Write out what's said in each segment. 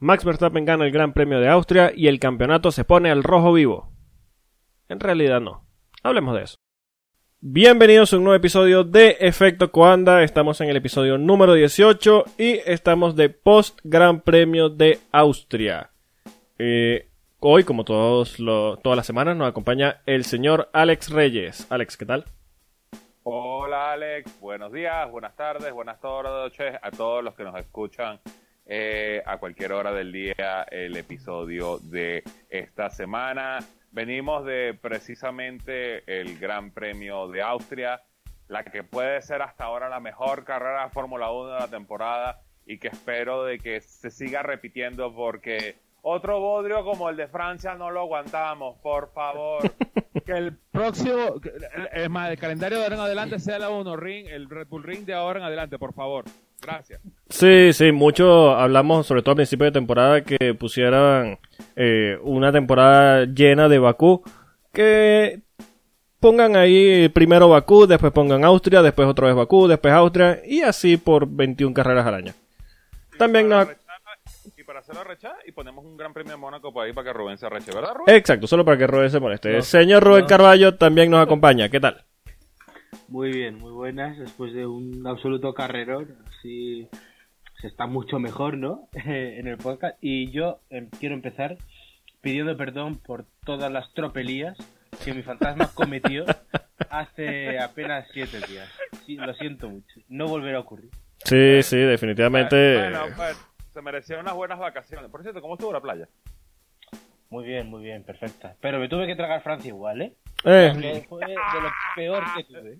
Max Verstappen gana el Gran Premio de Austria y el campeonato se pone al rojo vivo. En realidad no. Hablemos de eso. Bienvenidos a un nuevo episodio de Efecto Coanda. Estamos en el episodio número 18 y estamos de post Gran Premio de Austria. Hoy, como todas las semanas, nos acompaña el señor Alex Reyes. Alex, ¿qué tal? Hola Alex, buenos días, buenas tardes, buenas noches a todos los que nos escuchan a cualquier hora del día el episodio de esta semana. Venimos de precisamente el Gran Premio de Austria, la que puede ser hasta ahora la mejor carrera de Fórmula 1 de la temporada y que espero de que se siga repitiendo porque otro bodrio como el de Francia no lo aguantamos, por favor. Que el próximo, es más, el calendario de ahora en adelante sea la 1 Ring, el Red Bull Ring de ahora en adelante, por favor. Gracias. Sí, mucho hablamos, sobre todo al principio de temporada, que pusieran una temporada llena de Bakú, que pongan ahí primero Bakú, después pongan Austria, después otra vez Bakú, después Austria, y así por 21 carreras al año. También para hacerlo rechar y ponemos un Gran Premio de Mónaco por ahí para que Rubén se arreche, ¿verdad, Rubén? Exacto, solo para que Rubén se moleste. El señor Rubén Carballo también nos acompaña. ¿Qué tal? Muy bien, muy buenas. Después de un absoluto carrerón, así se está mucho mejor, ¿no? En el podcast. Y yo quiero empezar pidiendo perdón por todas las tropelías que mi fantasma cometió hace apenas 7 días. Sí, lo siento mucho. No volverá a ocurrir. Sí, definitivamente. Bueno, pues se merecieron unas buenas vacaciones. Por cierto, ¿cómo estuvo la playa? Muy bien, perfecta. Pero me tuve que tragar Francia igual, ¿eh? Que fue de lo peor que tuve.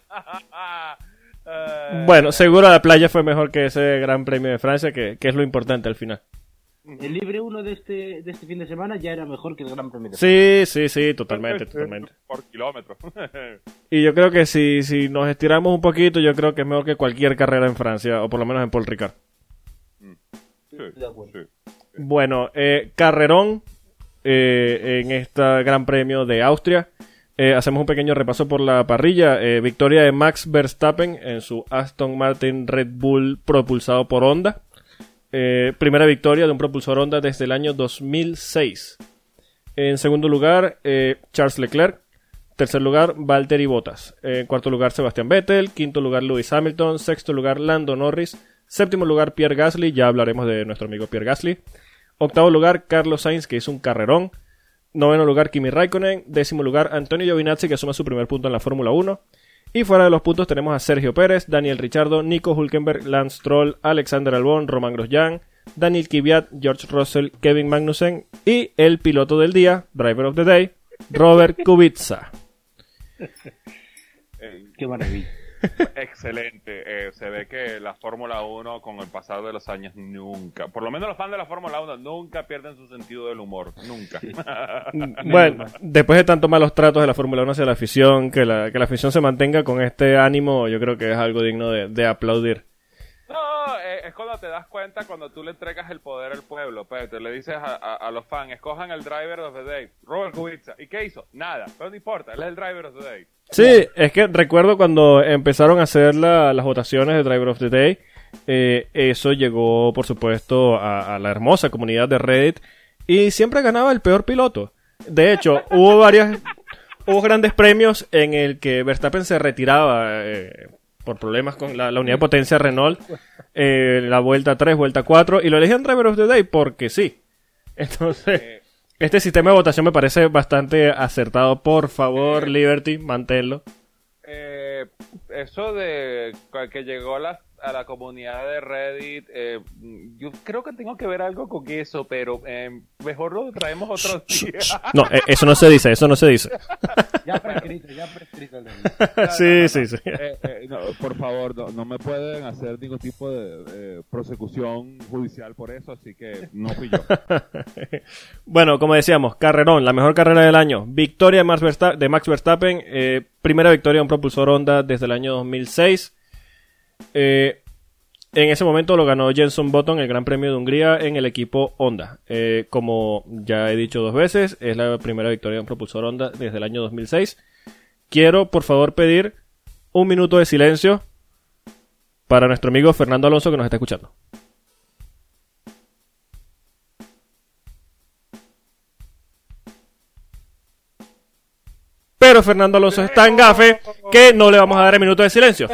Bueno, seguro la playa fue mejor que ese Gran Premio de Francia, que es lo importante al final. El Libre 1 de este fin de semana ya era mejor que el Gran Premio de Francia. Sí, totalmente. Por kilómetro. Y yo creo que si nos estiramos un poquito, yo creo que es mejor que cualquier carrera en Francia, o por lo menos en Paul Ricard. De acuerdo. Sí. Bueno, carrerón en este Gran Premio de Austria. Hacemos un pequeño repaso por la parrilla. Victoria de Max Verstappen en su Aston Martin Red Bull propulsado por Honda. Primera victoria de un propulsor Honda desde el año 2006. En segundo lugar, Charles Leclerc. Tercer lugar, Valtteri Bottas. En cuarto lugar, Sebastian Vettel. Quinto lugar, Lewis Hamilton. Sexto lugar, Lando Norris. Séptimo lugar, Pierre Gasly. Ya hablaremos de nuestro amigo Pierre Gasly. Octavo lugar, Carlos Sainz, que hizo un carrerón. Noveno lugar, Kimi Raikkonen. Décimo lugar, Antonio Giovinazzi, que suma su primer punto en la Fórmula 1. Y fuera de los puntos tenemos a Sergio Pérez, Daniel Ricciardo, Nico Hülkenberg, Lance Stroll, Alexander Albon, Romain Grosjean, Daniel Kvyat, George Russell, Kevin Magnussen y el piloto del día, Driver of the Day, Robert Kubica. Qué maravilla. Excelente. Se ve que la Fórmula 1 con el pasar de los años nunca, por lo menos los fans de la Fórmula 1 nunca pierden su sentido del humor, nunca. Bueno, después de tantos malos tratos de la Fórmula 1 hacia la afición, que la afición se mantenga con este ánimo, yo creo que es algo digno de aplaudir. No, es cuando te das cuenta, cuando tú le entregas el poder al pueblo, pues, te le dices a los fans, escojan el Driver of the Day, Robert Kubica. ¿Y qué hizo? Nada, pero no importa, él es el Driver of the Day. Sí, es que recuerdo cuando empezaron a hacer las votaciones de Driver of the Day, eso llegó, por supuesto, a la hermosa comunidad de Reddit y siempre ganaba el peor piloto. De hecho, hubo grandes premios en el que Verstappen se retiraba por problemas con la unidad de potencia Renault, la vuelta 3, vuelta 4, y lo elegían Driver of the Day porque sí. Entonces, este sistema de votación me parece bastante acertado. Por favor, Liberty, manténlo. Eso de que llegó a la comunidad de Reddit, yo creo que tengo que ver algo con eso, pero mejor lo traemos otro día. No, eso no se dice. Ya prescrito. Sí. No, por favor, no me pueden hacer ningún tipo de prosecución judicial por eso, así que no fui yo. Bueno, como decíamos, carrerón, la mejor carrera del año. Victoria de Max Verstappen, primera victoria de un propulsor Honda desde el año 2006. En ese momento lo ganó Jenson Button el Gran Premio de Hungría en el equipo Honda. Como ya he dicho 2 veces, es la primera victoria de un propulsor Honda desde el año 2006. Quiero, por favor, pedir un minuto de silencio para nuestro amigo Fernando Alonso, que nos está escuchando. pero Fernando Alonso es tan gafe que no le vamos a dar el minuto de silencio.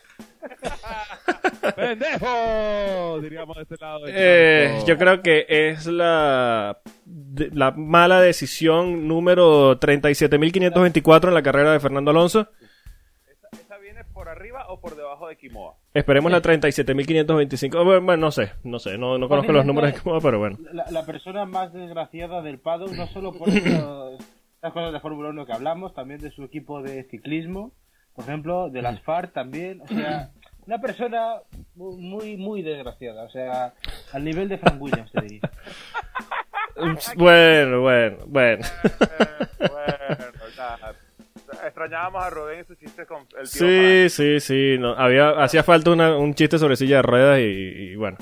¡Pendejo! Diríamos de este lado. Yo creo que es la mala decisión número 37.524 en la carrera de Fernando Alonso. ¿Esa viene por arriba o por debajo de Quimoa? Esperemos la 37.525. Bueno, no sé, no conozco los números de Quimoa, pero bueno. La persona más desgraciada del paddock, no solo por estas cosas de Fórmula 1 que hablamos, también de su equipo de ciclismo, por ejemplo, de las FARC también, o sea, una persona muy, muy desgraciada, o sea, al nivel de Frank Williams, te diría. Bueno. Nada. Extrañábamos a Rubén y sus chistes con el tío Sí. No, hacía falta un chiste sobre silla de ruedas y bueno.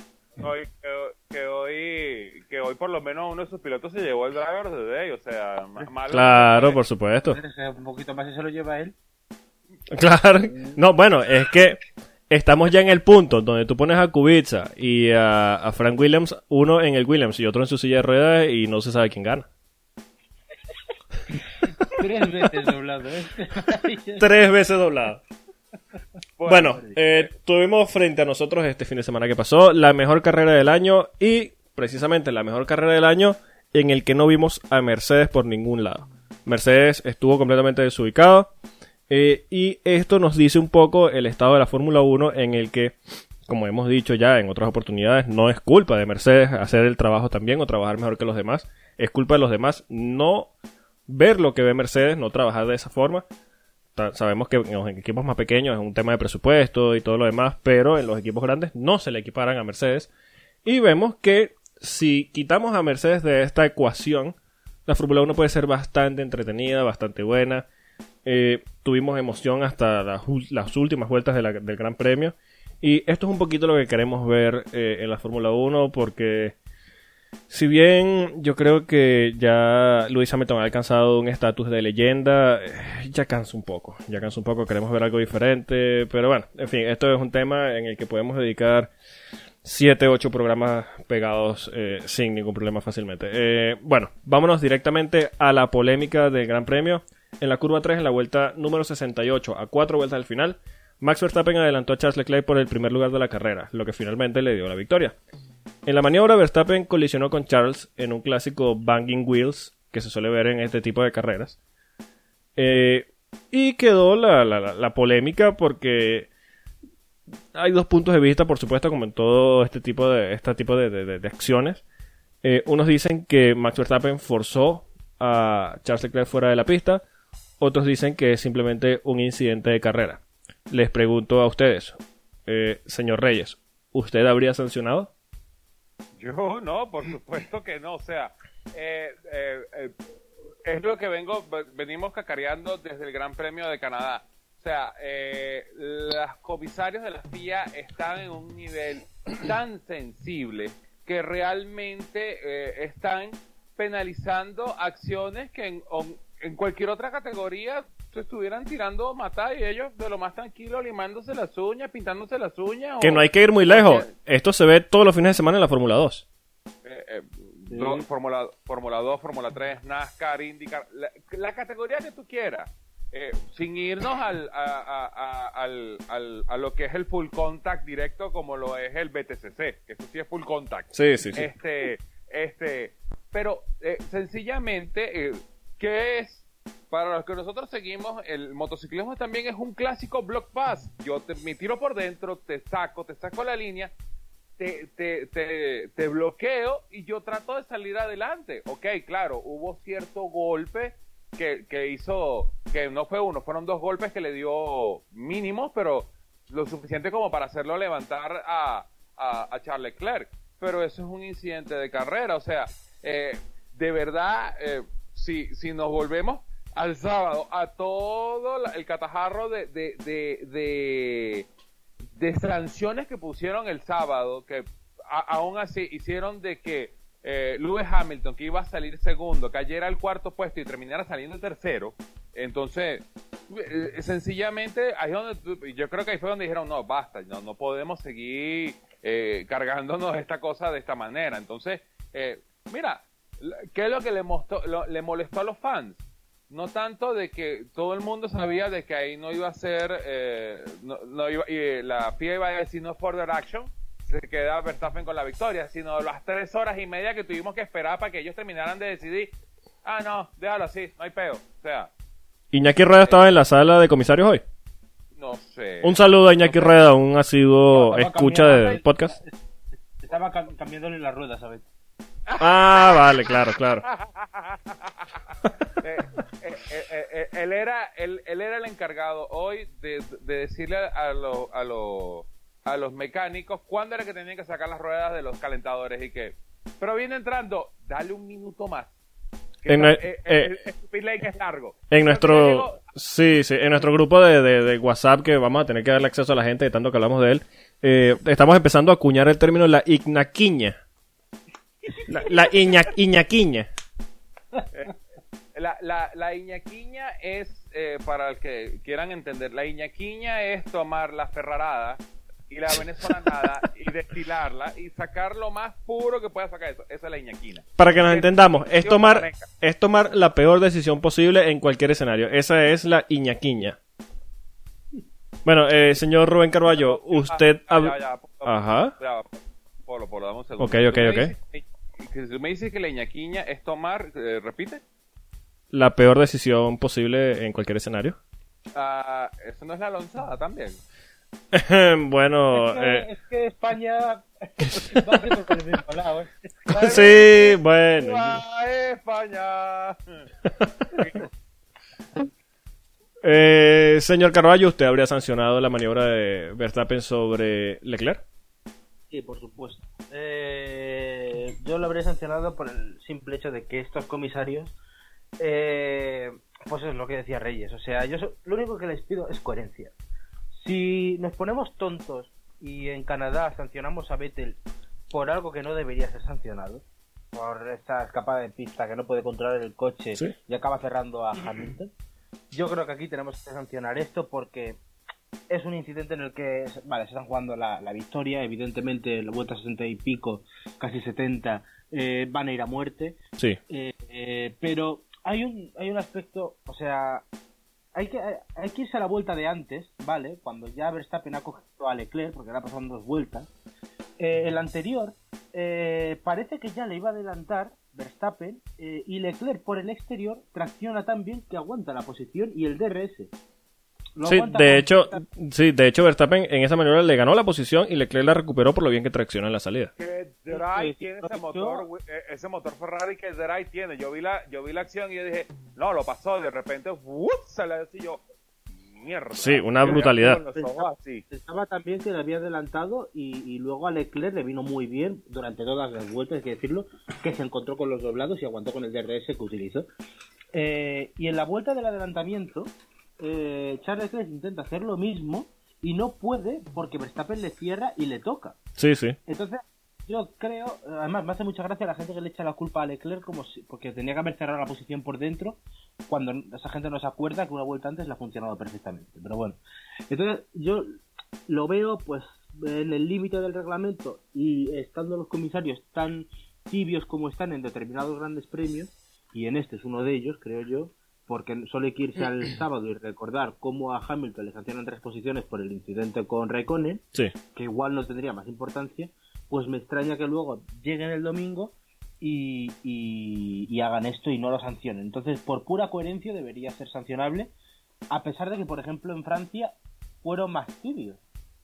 Que hoy por lo menos uno de sus pilotos se llevó el driver of the day, o sea, malo. Claro, por supuesto. Un poquito más y se lo lleva él. Claro. No, bueno, es que estamos ya en el punto donde tú pones a Kubica y a Frank Williams, uno en el Williams y otro en su silla de ruedas y no se sabe quién gana. 3 veces doblado, ¿eh? 3 veces doblado. Bueno, tuvimos frente a nosotros este fin de semana que pasó la mejor carrera del año y precisamente la mejor carrera del año en el que no vimos a Mercedes por ningún lado. Mercedes estuvo completamente desubicado y esto nos dice un poco el estado de la Fórmula 1 en el que, como hemos dicho ya en otras oportunidades, no es culpa de Mercedes hacer el trabajo también o trabajar mejor que los demás. Es culpa de los demás no ver lo que ve Mercedes, no trabajar de esa forma. Sabemos que en los equipos más pequeños es un tema de presupuesto y todo lo demás, pero en los equipos grandes no se le equiparan a Mercedes. Y vemos que si quitamos a Mercedes de esta ecuación, la Fórmula 1 puede ser bastante entretenida, bastante buena. Tuvimos emoción hasta las últimas vueltas del Gran Premio. Y esto es un poquito lo que queremos ver en la Fórmula 1, porque si bien yo creo que ya Lewis Hamilton ha alcanzado un estatus de leyenda, ya cansa un poco, queremos ver algo diferente, pero bueno, en fin, esto es un tema en el que podemos dedicar 7, 8 programas pegados sin ningún problema fácilmente. Bueno, vámonos directamente a la polémica del Gran Premio. En la curva 3, en la vuelta número 68, a 4 vueltas del final, Max Verstappen adelantó a Charles Leclerc por el primer lugar de la carrera, lo que finalmente le dio la victoria. En la maniobra, Verstappen colisionó con Charles en un clásico banging wheels que se suele ver en este tipo de carreras. Y quedó la polémica porque hay dos puntos de vista, por supuesto, como en todo este tipo de acciones. Unos dicen que Max Verstappen forzó a Charles Leclerc fuera de la pista. Otros dicen que es simplemente un incidente de carrera. Les pregunto a ustedes, señor Reyes, ¿usted habría sancionado? Yo no, por supuesto que no, o sea, es lo que venimos cacareando desde el Gran Premio de Canadá. O sea, los comisarios de la FIA están en un nivel tan sensible que realmente están penalizando acciones que en cualquier otra categoría se estuvieran tirando matar y ellos de lo más tranquilo limándose las uñas, pintándose las uñas. Que no hay que ir muy lejos. Esto se ve todos los fines de semana en la Fórmula 2. Fórmula 2, Fórmula 3, NASCAR, IndyCar, la categoría que tú quieras. Sin irnos a lo que es el full contact directo como lo es el BTCC, que eso sí es full contact. Sí. Pero sencillamente, ¿qué es? Para los que nosotros seguimos, el motociclismo también es un clásico block pass. Yo me tiro por dentro, te saco la línea, te bloqueo y yo trato de salir adelante. Ok, claro, hubo cierto golpe que hizo, que no fue uno, fueron 2 golpes que le dio mínimos, pero lo suficiente como para hacerlo levantar a Charles Leclerc. Pero eso es un incidente de carrera, o sea, de verdad, si nos volvemos al sábado a todo el catajarro de sanciones que pusieron el sábado, que aún así hicieron de que Lewis Hamilton, que iba a salir segundo, cayera al 4º puesto y terminara saliendo tercero. Entonces, sencillamente, ahí es donde yo creo que ahí fue donde dijeron, no, basta, no podemos seguir cargándonos esta cosa de esta manera. Entonces, mira, ¿qué es lo que le molestó a los fans? no tanto de que todo el mundo sabía de que ahí no iba a ser, y la FIA iba a decir no further action, se queda Verstappen con la victoria, sino las 3 horas y media que tuvimos que esperar para que ellos terminaran de decidir, no, déjalo así, no hay peo, o sea. Iñaki Rueda estaba en la sala de comisarios hoy. No sé. Un saludo a Iñaki Rueda, un asiduo escucha del podcast. Estaba cambiándole las ruedas, ¿sabes? Vale, claro. Él era el encargado hoy de decirle a los mecánicos cuándo era que tenían que sacar las ruedas de los calentadores y que. Pero viene entrando, dale un minuto más. El pit lane es largo. En nuestro en nuestro grupo de WhatsApp, que vamos a tener que darle acceso a la gente de tanto que hablamos de él, estamos empezando a acuñar el término la ignaquiña. La iñaquiña. La iñaquiña es, para el que quieran entender, la iñaquiña es tomar la ferrarada y la venezolanada y destilarla y sacar lo más puro que pueda sacar eso. Esa es la iñaquina. Para que nos entendamos, es tomar la peor decisión posible en cualquier escenario. Esa es la iñaquiña. Bueno, señor Rubén Carballo, usted... Ajá. Polo, dame un segundo. Ok. Si me dices que la iñaquiña es tomar... ¿repite? La peor decisión posible en cualquier escenario. Eso no es la lonzada también. Bueno... Es que España va siempre por el mismo lado, Sí, bueno. España. Señor Carballo, ¿usted habría sancionado la maniobra de Verstappen sobre Leclerc? Sí, por supuesto. Yo lo habría sancionado por el simple hecho de que estos comisarios, pues es lo que decía Reyes. O sea, lo único que les pido es coherencia. Si nos ponemos tontos y en Canadá sancionamos a Vettel por algo que no debería ser sancionado, por esta escapada de pista que no puede controlar el coche, ¿sí?, y acaba cerrando a Hamilton, yo creo que aquí tenemos que sancionar esto porque es un incidente en el que, vale, se están jugando la victoria, evidentemente en la vuelta 60 y pico, casi 70, van a ir a muerte, sí, pero hay un aspecto, o sea, hay que irse a la vuelta de antes, ¿vale? Cuando ya Verstappen ha cogido a Leclerc, porque ahora pasaron 2 vueltas. El anterior parece que ya le iba a adelantar Verstappen, y Leclerc por el exterior tracciona tan bien que aguanta la posición y el DRS. Sí, de hecho Verstappen en esa maniobra le ganó la posición y Leclerc la recuperó por lo bien que tracciona en la salida. ¿Qué drive tiene ese motor Ferrari? ¿Qué drive tiene? Yo vi la acción y yo dije, no, lo pasó, y de repente se le decía yo, mierda. Sí, una brutalidad. Estaba también que le había adelantado y luego a Leclerc le vino muy bien durante todas las vueltas, hay que decirlo, que se encontró con los doblados y aguantó con el DRS que utilizó. Y en la vuelta del adelantamiento, Charles Leclerc intenta hacer lo mismo y no puede porque Verstappen le cierra y le toca. Sí. Entonces, yo creo, además me hace mucha gracia la gente que le echa la culpa a Leclerc porque tenía que haber cerrado la posición por dentro, cuando esa gente no se acuerda que una vuelta antes le ha funcionado perfectamente. Pero bueno, entonces yo lo veo pues en el límite del reglamento y estando los comisarios tan tibios como están en determinados grandes premios, y en este es uno de ellos, creo yo, porque solo hay que irse al sábado y recordar cómo a Hamilton le sancionan 3 posiciones por el incidente con Raikkonen, sí, que igual no tendría más importancia. Pues me extraña que luego lleguen el domingo y hagan esto y no lo sancionen. Entonces, por pura coherencia debería ser sancionable, a pesar de que, por ejemplo, en Francia fueron más tibios.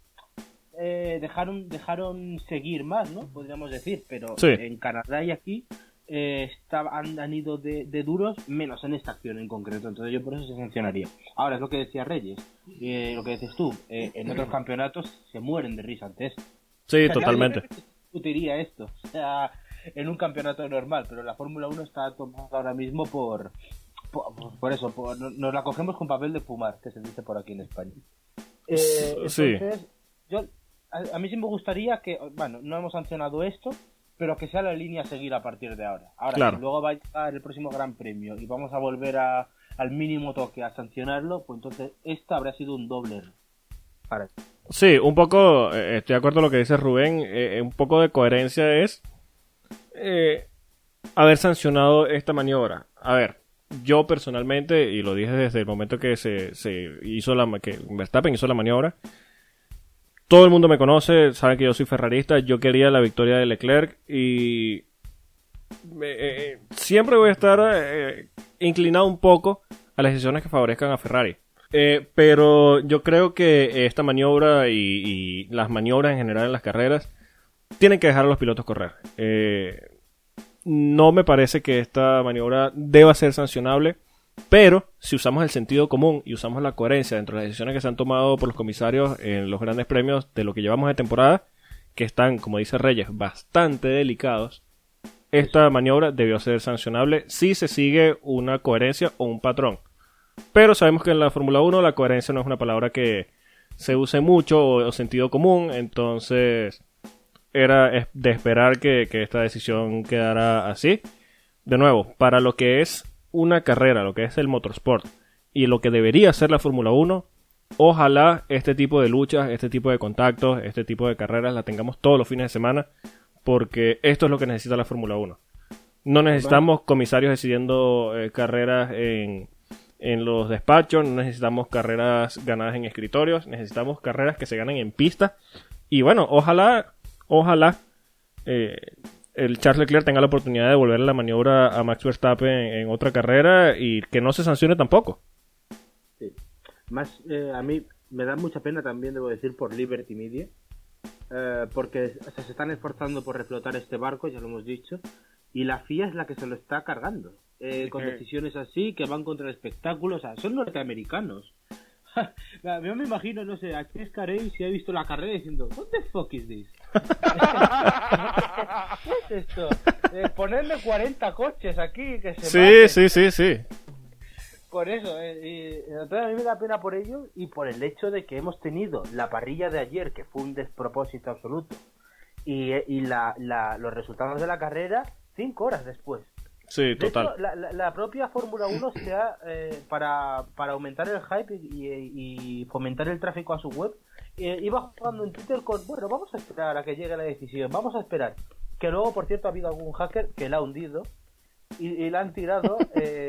Dejaron seguir más, ¿no? Podríamos decir, pero sí, en Canadá y aquí han ido de duros, menos en esta acción en concreto. Entonces yo por eso se sancionaría. Ahora, es lo que decía Reyes, lo que dices tú, en otros campeonatos se mueren de risa ante esto. Sí, o sea, totalmente. Yo discutiría esto, o sea, en un campeonato normal, pero la Fórmula 1 está tomada ahora mismo por eso, nos la cogemos con papel de fumar, que se dice por aquí en España. Entonces, a mí sí me gustaría que, bueno, no hemos sancionado esto, pero que sea la línea a seguir a partir de ahora. Ahora, claro, si luego va a llegar el próximo Gran Premio y vamos a volver al mínimo toque a sancionarlo, pues entonces esta habría sido un doble para. Sí, un poco, estoy de acuerdo con lo que dice Rubén, un poco de coherencia es haber sancionado esta maniobra. A ver, yo personalmente, y lo dije desde el momento que se hizo que Verstappen hizo la maniobra, todo el mundo me conoce, saben que yo soy ferrarista, yo quería la victoria de Leclerc y siempre voy a estar inclinado un poco a las decisiones que favorezcan a Ferrari. Pero yo creo que esta maniobra y las maniobras en general en las carreras tienen que dejar a los pilotos correr. No me parece que esta maniobra deba ser sancionable, pero si usamos el sentido común y usamos la coherencia dentro de las decisiones que se han tomado por los comisarios en los grandes premios de lo que llevamos de temporada, que están, como dice Reyes, bastante delicados, esta maniobra debió ser sancionable si se sigue una coherencia o un patrón. Pero sabemos que en la Fórmula 1 la coherencia no es una palabra que se use mucho o sentido común, entonces era de esperar que esta decisión quedara así. De nuevo, para lo que es una carrera, lo que es el motorsport y lo que debería ser la Fórmula 1, ojalá este tipo de luchas, este tipo de contactos, este tipo de carreras la tengamos todos los fines de semana, porque esto es lo que necesita la Fórmula 1. No necesitamos comisarios decidiendo carreras en los despachos, no necesitamos carreras ganadas en escritorios, necesitamos carreras que se ganen en pista. Y bueno, ojalá el Charles Leclerc tenga la oportunidad de devolverle la maniobra a Max Verstappen en otra carrera y que no se sancione tampoco. Sí. Más, a mí me da mucha pena también, debo decir, por Liberty Media, porque se están esforzando por reflotar este barco, ya lo hemos dicho, y la FIA es la que se lo está cargando, con decisiones así que van contra el espectáculo. O sea, son norteamericanos. Yo me imagino, no sé, a Chris Carey si ha visto la carrera diciendo "What the fuck is this?" ¿Qué es esto? Ponerle 40 coches aquí que se maten. Sí. Por eso, entonces a mí me da pena por ello y por el hecho de que hemos tenido la parrilla de ayer, que fue un despropósito absoluto, y los resultados de la carrera 5 horas después. Sí, total. De hecho, la propia Fórmula 1 se ha, para aumentar el hype y fomentar el tráfico a su web, iba jugando en Twitter con, bueno, vamos a esperar a que llegue la decisión, vamos a esperar. Que luego, por cierto, ha habido algún hacker que la ha hundido y la han tirado.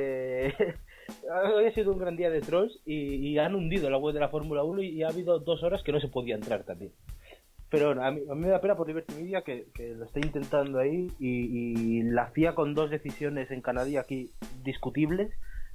Hoy ha sido un gran día de trolls y han hundido la web de la Fórmula 1 y ha habido 2 horas que no se podía entrar también. Pero a mí me da pena por Liberty Media que lo está intentando ahí y la FIA con 2 decisiones en Canadá y aquí discutibles,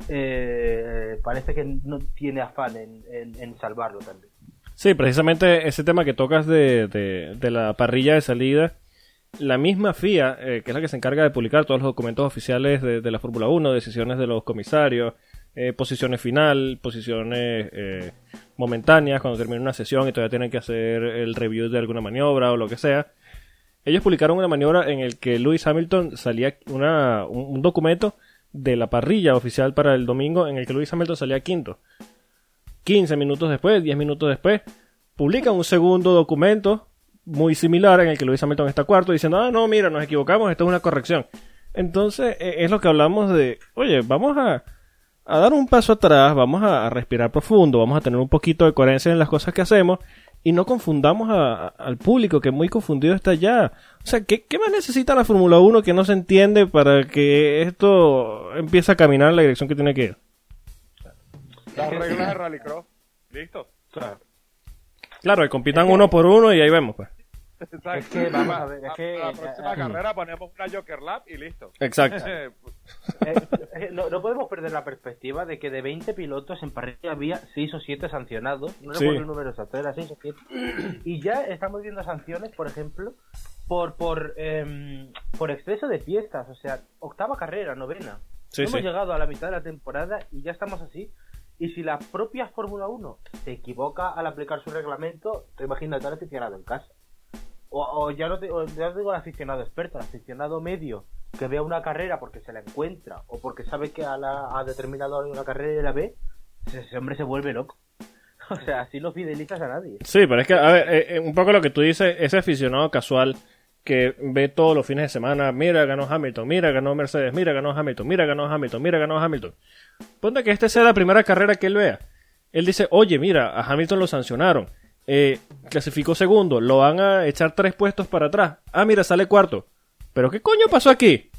parece que no tiene afán en salvarlo también. Sí, precisamente ese tema que tocas de la parrilla de salida, la misma FIA, que es la que se encarga de publicar todos los documentos oficiales de la Fórmula 1, decisiones de los comisarios, posiciones final, posiciones momentáneas cuando termina una sesión y todavía tienen que hacer el review de alguna maniobra o lo que sea. Ellos publicaron una maniobra en el que Lewis Hamilton salía un documento de la parrilla oficial para el domingo en el que Lewis Hamilton salía quinto. 15 minutos después, 10 minutos después, publican un segundo documento muy similar en el que Lewis Hamilton está cuarto diciendo, no, mira, nos equivocamos, esto es una corrección. Entonces es lo que hablamos de, oye, vamos a dar un paso atrás, vamos a respirar profundo, vamos a tener un poquito de coherencia en las cosas que hacemos y no confundamos al público que muy confundido está ya. O sea, ¿qué más necesita la Fórmula 1 que no se entiende para que esto empiece a caminar en la dirección que tiene que ir? Las reglas de Rallycross. ¿Listo? Claro, que compitan uno por uno y ahí vemos, pues. Exacto. Es que, vamos a ver, es que... la próxima carrera ponemos una Joker Lap y listo. Exacto. No podemos perder la perspectiva de que de 20 pilotos en parrilla había 6 o 7 sancionados. No Sí. recuerdo el número exacto, era 6 o 7. Y ya estamos viendo sanciones, por ejemplo, por exceso de fiestas. O sea, 8ª carrera, 9ª. Sí, Hemos sí. llegado a la mitad de la temporada y ya estamos así. Y si la propia Fórmula 1 se equivoca al aplicar su reglamento, te imaginas al aficionado en casa. O ya no digo al aficionado experto, al aficionado medio que vea una carrera porque se la encuentra o porque sabe que ha determinado una carrera y la ve, ese hombre se vuelve loco. O sea, así no fidelizas a nadie. Sí, pero es que, a ver, un poco lo que tú dices, ese aficionado casual que ve todos los fines de semana, mira, ganó Hamilton, mira, ganó Mercedes, mira, ganó Hamilton, mira, ganó Hamilton, mira, ganó Hamilton. Ponte que este sea la primera carrera que él vea. Él dice, oye, mira, a Hamilton lo sancionaron. Clasificó segundo, lo van a echar 3 puestos para atrás. Ah, mira, sale cuarto. ¿Pero qué coño pasó aquí?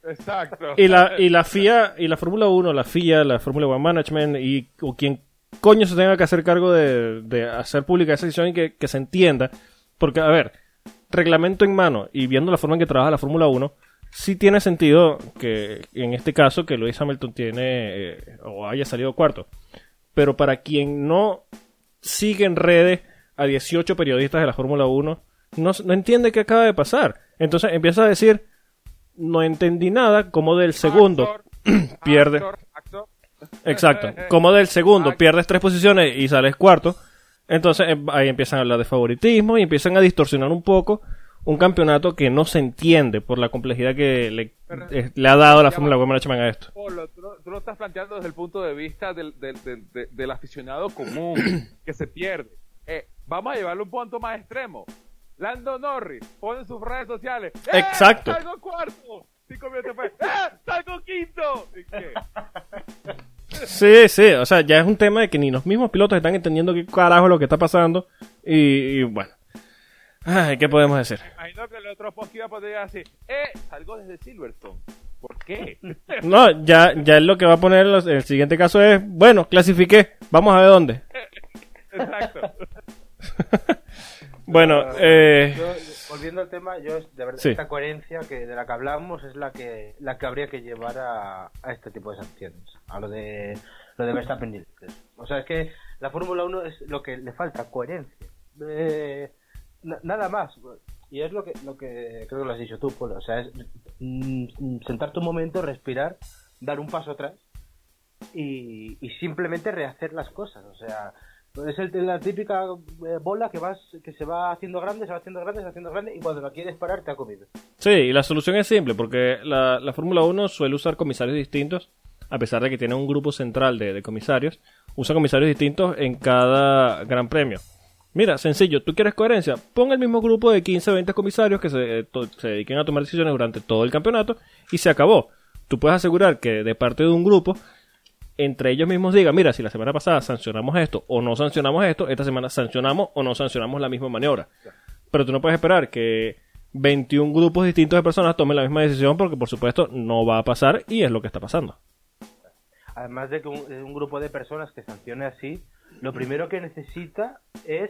Exacto. Y la FIA, y la Fórmula 1, la FIA, la Fórmula 1 Management, o quien coño se tenga que hacer cargo de hacer pública esa decisión y que se entienda. Porque, a ver, reglamento en mano y viendo la forma en que trabaja la Fórmula 1, sí tiene sentido que, en este caso, que Lewis Hamilton tiene o haya salido cuarto. Pero para quien no sigue en redes a 18 periodistas de la Fórmula 1, no entiende qué acaba de pasar. Entonces empieza a decir, no entendí nada, como del segundo pierde. Actor. Exacto, como del segundo pierdes 3 posiciones y sales cuarto. Entonces ahí empiezan a hablar de favoritismo y empiezan a distorsionar un poco un campeonato que no se entiende por la complejidad que le ha dado la Fórmula 1 Management a esto. Polo, tú lo estás planteando desde el punto de vista del aficionado común que se pierde. Vamos a llevarlo un punto más extremo. Lando Norris pone en sus redes sociales: Exacto. ¡Salgo cuarto! 5 minutos después: ¡Salgo quinto! ¿Y qué? Sí, o sea, ya es un tema de que ni los mismos pilotos están entendiendo qué carajo es lo que está pasando y bueno. Ay, ¿qué podemos hacer? Me imagino que el otro post iba a poder decir: salgo desde Silverstone. ¿Por qué? No, ya es lo que va a poner el siguiente caso es, bueno, clasifiqué, vamos a ver dónde. Exacto. Bueno, yo, volviendo al tema, yo de verdad, sí. Esta coherencia de la que hablamos es la que habría que llevar a este tipo de sanciones, a lo de Verstappen y Leclerc. O sea, es que la Fórmula 1 es lo que le falta, coherencia. Nada más. Y es lo que creo que lo has dicho tú, Polo. O sea, es sentarte un momento, respirar, dar un paso atrás y simplemente rehacer las cosas. O sea, es la típica bola que se va haciendo grande, y cuando la quieres parar te ha comido. Sí, y la solución es simple, porque la Fórmula 1 suele usar comisarios distintos, a pesar de que tiene un grupo central de comisarios, usa comisarios distintos en cada gran premio. Mira, sencillo, ¿tú quieres coherencia? Pon el mismo grupo de 15 o 20 comisarios que se dediquen a tomar decisiones durante todo el campeonato y se acabó. Tú puedes asegurar que de parte de un grupo, entre ellos mismos digan, mira, si la semana pasada sancionamos esto o no sancionamos esto, esta semana sancionamos o no sancionamos la misma maniobra. Pero tú no puedes esperar que 21 grupos distintos de personas tomen la misma decisión porque, por supuesto, no va a pasar y es lo que está pasando. Además de que un grupo de personas que sancione así, lo primero que necesita es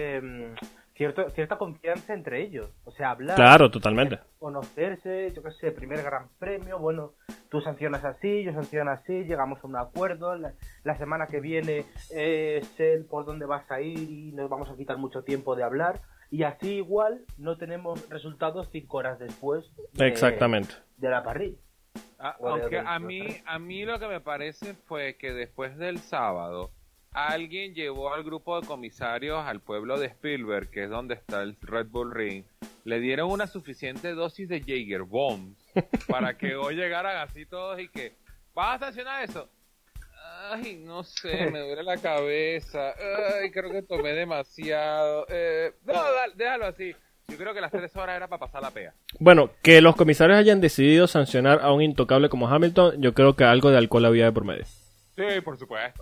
cierta confianza entre ellos. O sea, hablar. Claro, totalmente. Conocerse, yo qué sé, primer gran premio, bueno, tú sancionas así, yo sanciono así, llegamos a un acuerdo, la semana que viene sé por dónde vas a ir y nos vamos a quitar mucho tiempo de hablar. Y así igual no tenemos resultados 5 horas después Exactamente. de la parrilla. Aunque a mí lo que me parece fue que después del sábado alguien llevó al grupo de comisarios al pueblo de Spielberg, que es donde está el Red Bull Ring, le dieron una suficiente dosis de Jaeger Bombs para que hoy llegaran así todos y que ¿vas a sancionar eso? Ay, no sé, me duele la cabeza, ay, creo que tomé demasiado, no, déjalo así. Yo creo que las 3 horas era para pasar la pea. Bueno, que los comisarios hayan decidido sancionar a un intocable como Hamilton, yo creo que algo de alcohol había de por medio. Sí, por supuesto.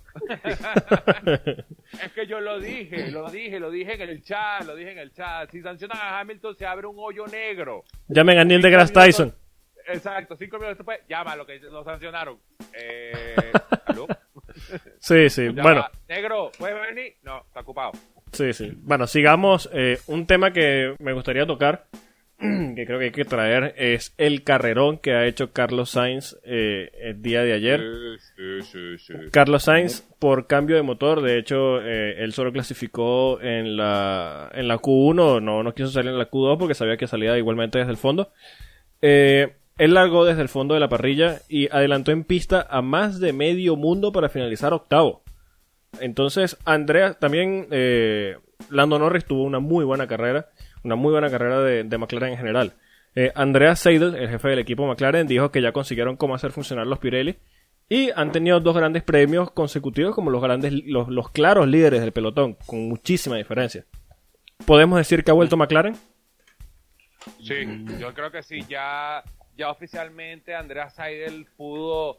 Es que yo lo dije en el chat, Si sancionan a Hamilton se abre un hoyo negro. Llamen a Neil deGrasse Tyson. Exacto, 5 minutos después, llámalo que lo sancionaron. ¿Aló? Sí, Llama, bueno. Negro, ¿puedes venir? No, está ocupado. Sí. Bueno, sigamos. Un tema que me gustaría tocar, que creo que hay que traer, es el carrerón que ha hecho Carlos Sainz el día de ayer. Sí. Carlos Sainz, por cambio de motor, de hecho, él solo clasificó en la Q1, no quiso salir en la Q2 porque sabía que salía igualmente desde el fondo. Él largó desde el fondo de la parrilla y adelantó en pista a más de medio mundo para finalizar octavo. Entonces, también Lando Norris tuvo una muy buena carrera de McLaren en general. Andreas Seidel, el jefe del equipo McLaren, dijo que ya consiguieron cómo hacer funcionar los Pirelli y han tenido 2 grandes premios consecutivos como los claros líderes del pelotón, con muchísima diferencia. ¿Podemos decir que ha vuelto McLaren? Sí, yo creo que sí, ya oficialmente Andreas Seidel pudo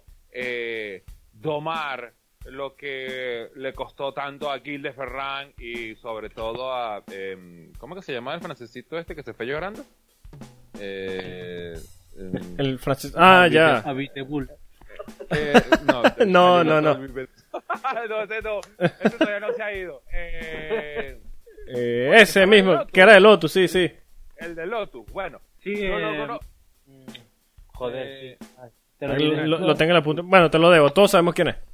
domar lo que le costó tanto a Gil de Ferran y sobre todo a ¿cómo que se llama el francesito este que se fue llorando? El francés. Ah, ya. Habitable. No. No, ese no. Ese todavía no se ha ido. Ese mismo, que era de Lotus, sí. El de Lotus, bueno. Sí, No. Joder, sí. Lo tengo en la punta. Bueno, te lo debo. Todos sabemos quién es.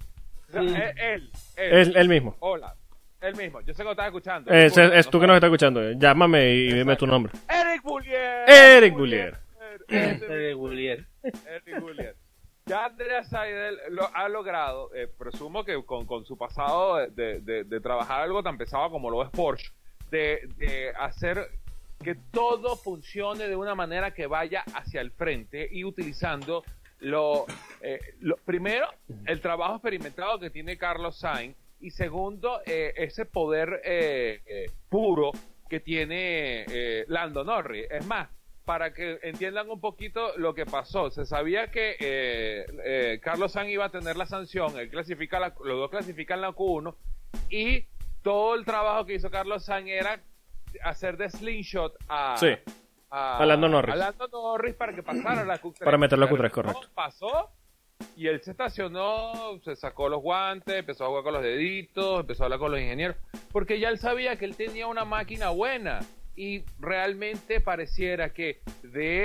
Él mismo. Hola. Él mismo. Yo sé que lo estás escuchando. Es tú que nos estás escuchando. Llámame y dime tu nombre. Eric Boulier. Eric Boulier. Eric Boulier. Ya Andrea Seidel lo ha logrado, presumo que con su pasado de trabajar algo tan pesado como lo es Porsche, de hacer que todo funcione de una manera que vaya hacia el frente y utilizando primero, el trabajo experimentado que tiene Carlos Sainz, y segundo, ese poder puro que tiene Lando Norris. Es más, para que entiendan un poquito lo que pasó, se sabía que Carlos Sainz iba a tener la sanción, los dos clasifican la Q1, y todo el trabajo que hizo Carlos Sainz era hacer de slingshot a Lando Norris. A Lando Norris para que pasara la Q3. Para meterlo a Q3, correcto. Pasó, y él se estacionó, se sacó los guantes, empezó a jugar con los deditos, empezó a hablar con los ingenieros, porque ya él sabía que él tenía una máquina buena. Y realmente pareciera que de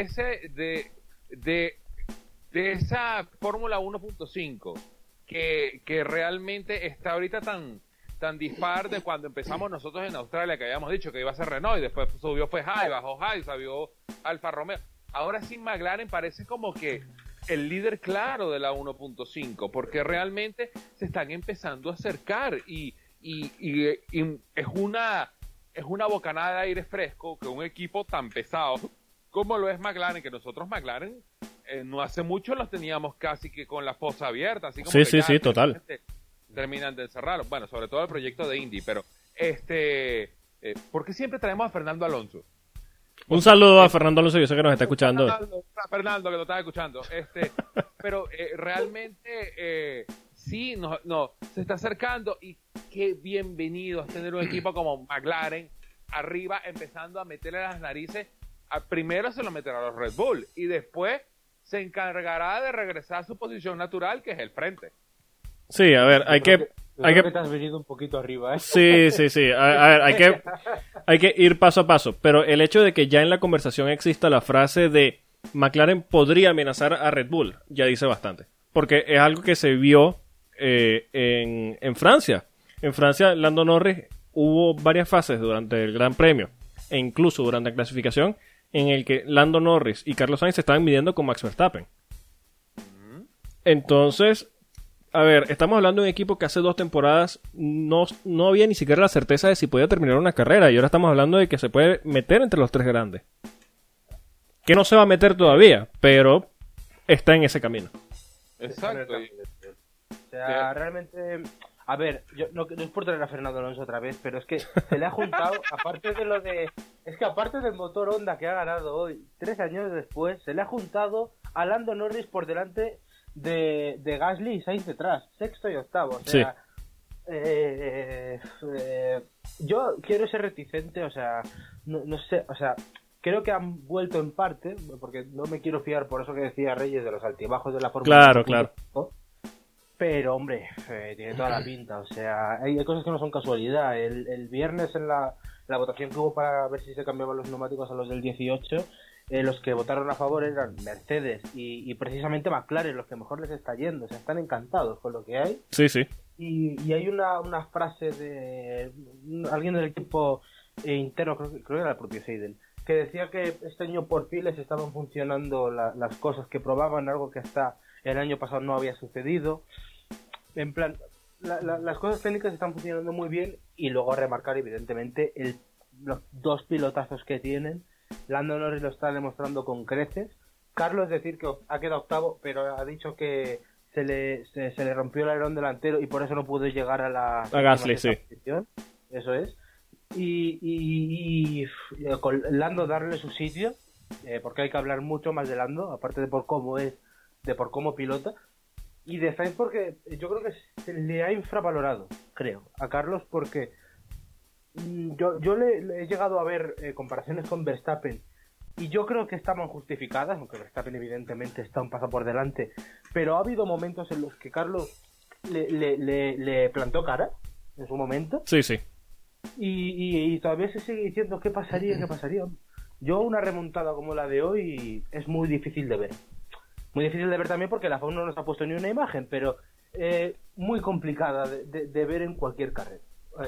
esa Fórmula 1.5 que realmente está ahorita tan dispar de cuando empezamos nosotros en Australia, que habíamos dicho que iba a ser Renault, y después subió Haas, bajó Haas, subió Alfa Romeo. Ahora sí McLaren parece como que el líder claro de la 1.5, porque realmente se están empezando a acercar y es una bocanada de aire fresco que un equipo tan pesado como lo es McLaren, que nosotros McLaren no hace mucho los teníamos casi que con la fosa abierta, así como sí, total. Terminan de encerrarlo. Bueno, sobre todo el proyecto de Indy, pero ¿por qué siempre traemos a Fernando Alonso? Un saludo a Fernando Alonso, yo sé que nos está escuchando. Fernando, que lo está escuchando. Pero realmente sí, no, se está acercando, y qué bienvenido es tener un equipo como McLaren arriba, empezando a meterle las narices. Primero se lo meterá a los Red Bull y después se encargará de regresar a su posición natural, que es el frente. Sí, a ver, hay que te has venido un poquito arriba, ¿eh? Sí. A ver, hay que ir paso a paso. Pero el hecho de que ya en la conversación exista la frase de McLaren podría amenazar a Red Bull ya dice bastante. Porque es algo que se vio en Francia. En Francia, Lando Norris, hubo varias fases durante el Gran Premio e incluso durante la clasificación en el que Lando Norris y Carlos Sainz se estaban midiendo con Max Verstappen. Entonces, a ver, estamos hablando de un equipo que hace 2 temporadas no había ni siquiera la certeza de si podía terminar una carrera, y ahora estamos hablando de que se puede meter entre los 3 grandes. Que no se va a meter todavía, pero está en ese camino. Exacto. O sea, realmente, a ver, yo no es por traer a Fernando Alonso otra vez, pero es que se le ha juntado, aparte del motor Honda que ha ganado hoy, 3 años después, se le ha juntado a Lando Norris por delante de Gasly y Sainz detrás, 6º y 8º. O sea, yo quiero ser reticente, o sea, no sé, o sea, creo que han vuelto en parte, porque no me quiero fiar por eso que decía Reyes de los altibajos de la Fórmula 1. Claro. Pero, hombre, tiene toda la pinta. O sea, hay cosas que no son casualidad. El viernes en la votación que hubo para ver si se cambiaban los neumáticos a los del 18, los que votaron a favor eran Mercedes y precisamente McLaren, los que mejor les está yendo. O sea, están encantados con lo que hay. Sí. Y hay una frase de alguien del equipo interno, creo que era el propio Seidel, que decía que este año por fin les estaban funcionando las cosas que probaban, algo que hasta el año pasado no había sucedido. En plan, las cosas técnicas están funcionando muy bien, y luego remarcar evidentemente los 2 pilotazos que tienen. Lando Norris lo está demostrando con creces. Carlos, decir que ha quedado 8º, pero ha dicho que se le rompió el alerón delantero y por eso no pudo llegar a Gasly, sí. Posición. Eso es. Y con Lando darle su sitio, porque hay que hablar mucho más de Lando, aparte de por cómo es, de por cómo pilota, y de Sainz, porque yo creo que se le ha infravalorado, creo, a Carlos, porque yo le he llegado a ver comparaciones con Verstappen y yo creo que estaban justificadas, aunque Verstappen evidentemente está un paso por delante, pero ha habido momentos en los que Carlos le plantó cara en su momento. Sí, sí. Y todavía se sigue diciendo qué pasaría. Yo una remontada como la de hoy es muy difícil de ver. Muy difícil de ver también porque la FOM no nos ha puesto ni una imagen, pero muy complicada de ver en cualquier carrera.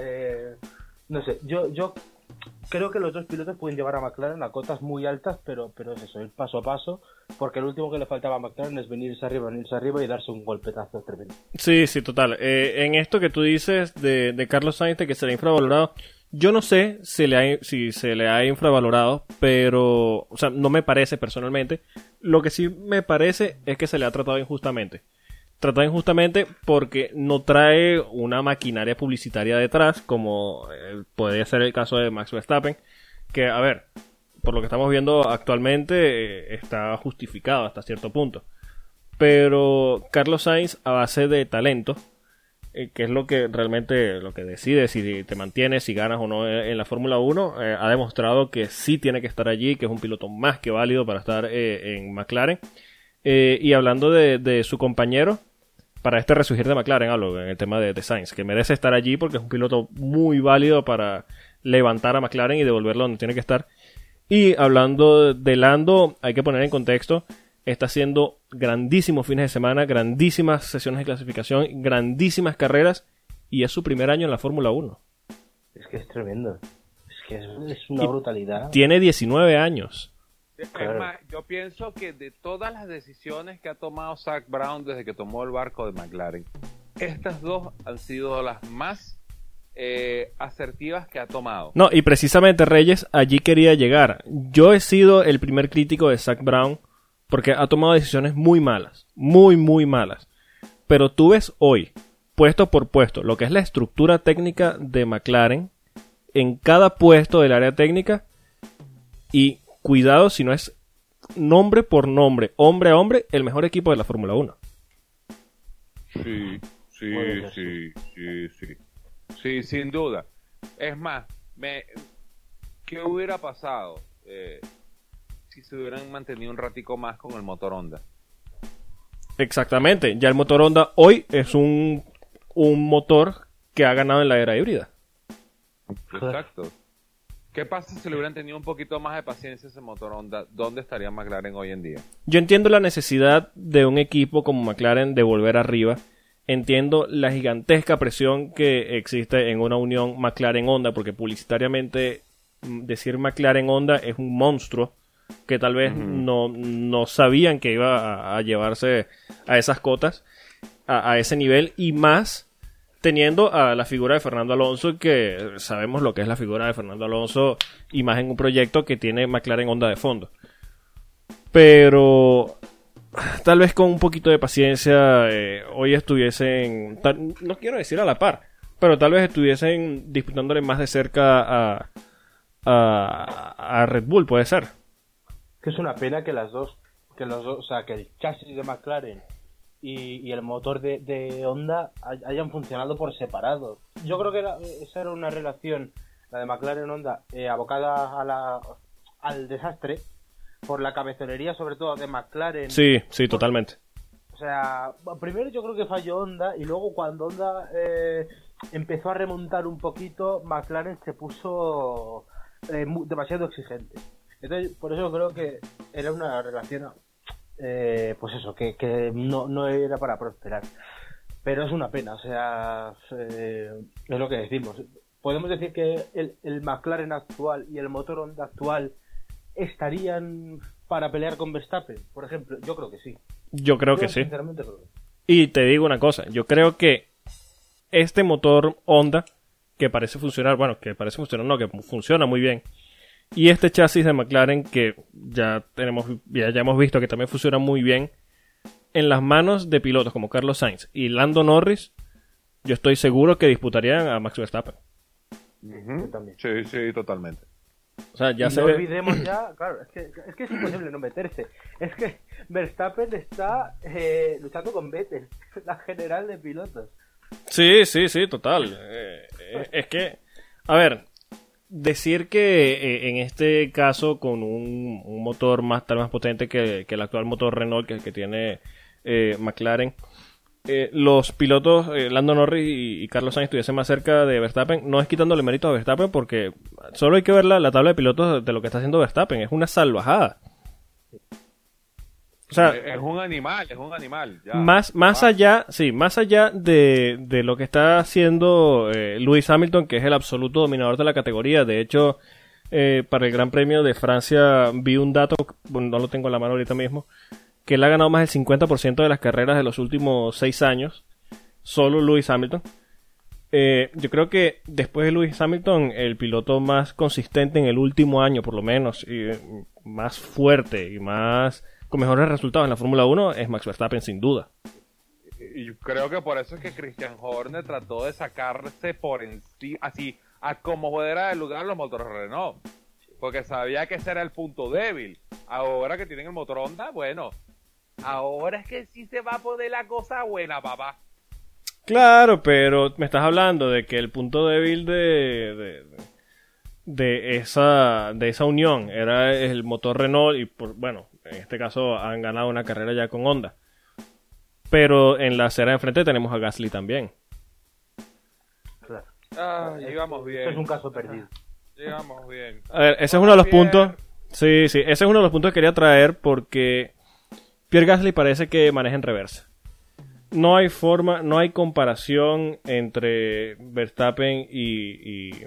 No sé, yo creo que los dos pilotos pueden llevar a McLaren a cotas muy altas, pero es eso, ir paso a paso, porque lo último que le faltaba a McLaren es venirse arriba y darse un golpetazo tremendo. Sí, total. En esto que tú dices de Carlos Sainz, de que se le ha infravalorado, yo no sé si se le ha infravalorado, pero, o sea, no me parece personalmente. Lo que sí me parece es que se le ha tratado injustamente. Tratado injustamente porque no trae una maquinaria publicitaria detrás, como podría ser el caso de Max Verstappen, que, a ver, por lo que estamos viendo actualmente, está justificado hasta cierto punto. Pero Carlos Sainz, a base de talento, que es lo que realmente lo que decide si te mantienes, si ganas o no en la Fórmula 1, ha demostrado que sí tiene que estar allí, que es un piloto más que válido para estar en McLaren. Y hablando de su compañero, para este resurgir de McLaren, hablo en el tema de Sainz, que merece estar allí porque es un piloto muy válido para levantar a McLaren y devolverlo donde tiene que estar. Y hablando de Lando, hay que poner en contexto, está haciendo grandísimos fines de semana, grandísimas sesiones de clasificación, grandísimas carreras, y es su primer año en la Fórmula 1. Es que es tremendo, es que es una brutalidad. Tiene 19 años. Claro. Es más, yo pienso que de todas las decisiones que ha tomado Zak Brown desde que tomó el barco de McLaren, estas dos han sido las más asertivas que ha tomado. No, y precisamente, Reyes, allí quería llegar. Yo he sido el primer crítico de Zak Brown porque ha tomado decisiones muy malas, muy malas. Pero tú ves hoy, puesto por puesto, lo que es la estructura técnica de McLaren en cada puesto del área técnica, y cuidado si no es nombre por nombre, hombre a hombre, el mejor equipo de la Fórmula 1. Sí, sin duda. Es más, ¿qué hubiera pasado si se hubieran mantenido un ratico más con el motor Honda? Exactamente, ya el motor Honda hoy es un motor que ha ganado en la era híbrida. Exacto. ¿Qué pasa si le hubieran tenido un poquito más de paciencia ese motor Honda? ¿Dónde estaría McLaren hoy en día? Yo entiendo la necesidad de un equipo como McLaren de volver arriba. Entiendo la gigantesca presión que existe en una unión McLaren-Honda, porque publicitariamente decir McLaren-Honda es un monstruo que tal vez no sabían que iba a llevarse a esas cotas, a ese nivel, y más teniendo a la figura de Fernando Alonso, que sabemos lo que es la figura de Fernando Alonso, y más en un proyecto que tiene McLaren Honda de fondo. Pero tal vez con un poquito de paciencia hoy estuviesen, no quiero decir a la par, pero tal vez estuviesen disputándole más de cerca a Red Bull, puede ser. Que es una pena que los dos, o sea, que el chasis de McLaren y el motor de Honda hayan funcionado por separado. Yo creo que esa era una relación, la de McLaren-Honda, abocada al desastre por la cabezonería, sobre todo de McLaren. Sí, totalmente. O sea, primero yo creo que falló Honda, y luego cuando Honda empezó a remontar un poquito, McLaren se puso demasiado exigente. Entonces, por eso creo que era una relación pues eso, que no era para prosperar. Pero es una pena, o sea, es lo que decimos. Podemos decir que el McLaren actual y el motor Honda actual estarían para pelear con Verstappen, por ejemplo. Yo creo que sí. Yo creo que sí. Sinceramente creo que sí. Y te digo una cosa, yo creo que este motor Honda, que parece funcionar, que funciona muy bien, y este chasis de McLaren, que ya hemos visto que también funciona muy bien, en las manos de pilotos como Carlos Sainz y Lando Norris, yo estoy seguro que disputarían a Max Verstappen. Yo también. Sí, totalmente. O sea, ya no olvidemos ya, claro, es que es imposible no meterse. Es que Verstappen está luchando con Vettel, la general de pilotos. Sí, total. Es que, a ver, decir que en este caso con un motor tal más potente que el actual motor Renault que tiene McLaren, los pilotos Lando Norris y Carlos Sainz estuviesen más cerca de Verstappen, no es quitándole mérito a Verstappen porque solo hay que ver la tabla de pilotos de lo que está haciendo Verstappen, es una salvajada. O sea, es un animal, ya. Más allá de lo que está haciendo Lewis Hamilton, que es el absoluto dominador de la categoría. De hecho, para el Gran Premio de Francia vi un dato, no lo tengo en la mano ahorita mismo, que él ha ganado más del 50% de las carreras de los últimos 6 años, solo Lewis Hamilton. Yo creo que después de Lewis Hamilton, el piloto más consistente en el último año, por lo menos, y más fuerte y más con mejores resultados en la Fórmula 1 es Max Verstappen, sin duda. Y creo que por eso es que Christian Horner trató de sacarse por encima, así, a como fuera del lugar los motores Renault. Porque sabía que ese era el punto débil. Ahora que tienen el motor Honda, bueno, ahora es que sí se va a poner la cosa buena, papá. Claro, pero me estás hablando de que el punto débil de esa unión era el motor Renault y bueno, en este caso han ganado una carrera ya con Honda. Pero en la acera de enfrente tenemos a Gasly también. Claro. Íbamos bien. Esto es un caso perdido. Íbamos bien. A ver, ese es uno de los puntos. Sí, ese es uno de los puntos que quería traer porque Pierre Gasly parece que maneja en reversa. No hay forma, no hay comparación entre Verstappen y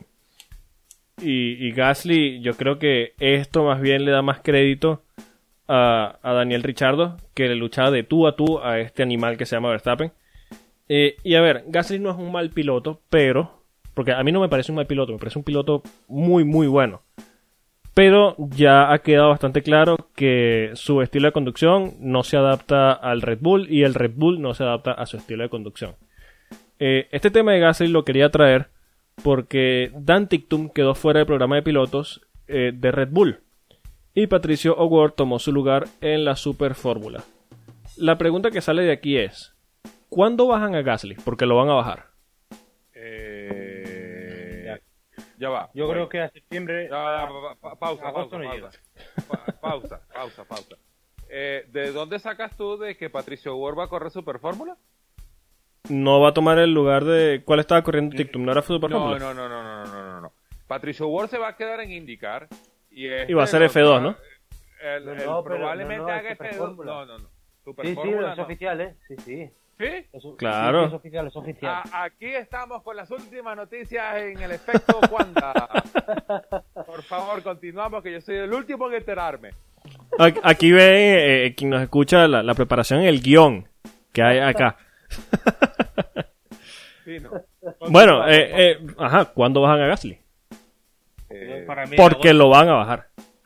Gasly. Yo creo que esto más bien le da más crédito a Daniel Ricciardo, que le luchaba de tú a este animal que se llama Verstappen. Y a ver, Gasly no es un mal piloto, pero, porque a mí no me parece un mal piloto, me parece un piloto muy, muy bueno. Pero ya ha quedado bastante claro que su estilo de conducción no se adapta al Red Bull y el Red Bull no se adapta a su estilo de conducción. Este tema de Gasly lo quería traer porque Dan Ticktum quedó fuera del programa de pilotos de Red Bull y Patricio O'Ward tomó su lugar en la Super Fórmula. La pregunta que sale de aquí es: ¿cuándo bajan a Gasly? Porque lo van a bajar. Ya va. Yo creo que a septiembre. Pausa. Pausa. ¿De dónde sacas tú de que Patricio O'Ward va a correr Super Fórmula? No va a tomar el lugar de... ¿Cuál estaba corriendo Ticktum? ¿No era Super Fórmula? No. Patricio O'Ward se va a quedar en IndyCar. Y va a ser F2, ¿no? Probablemente haga F2. No. Super Fórmula, es oficial, ¿eh? Sí. ¿Sí? Claro. Sí, es oficial. Aquí estamos con las últimas noticias en el efecto Wanda. Por favor, continuamos, que yo soy el último en enterarme. Aquí ven quien nos escucha la preparación en el guión que hay acá. Sí, no. Bueno, ¿cuándo bajan a Gasly? Porque lo van a bajar.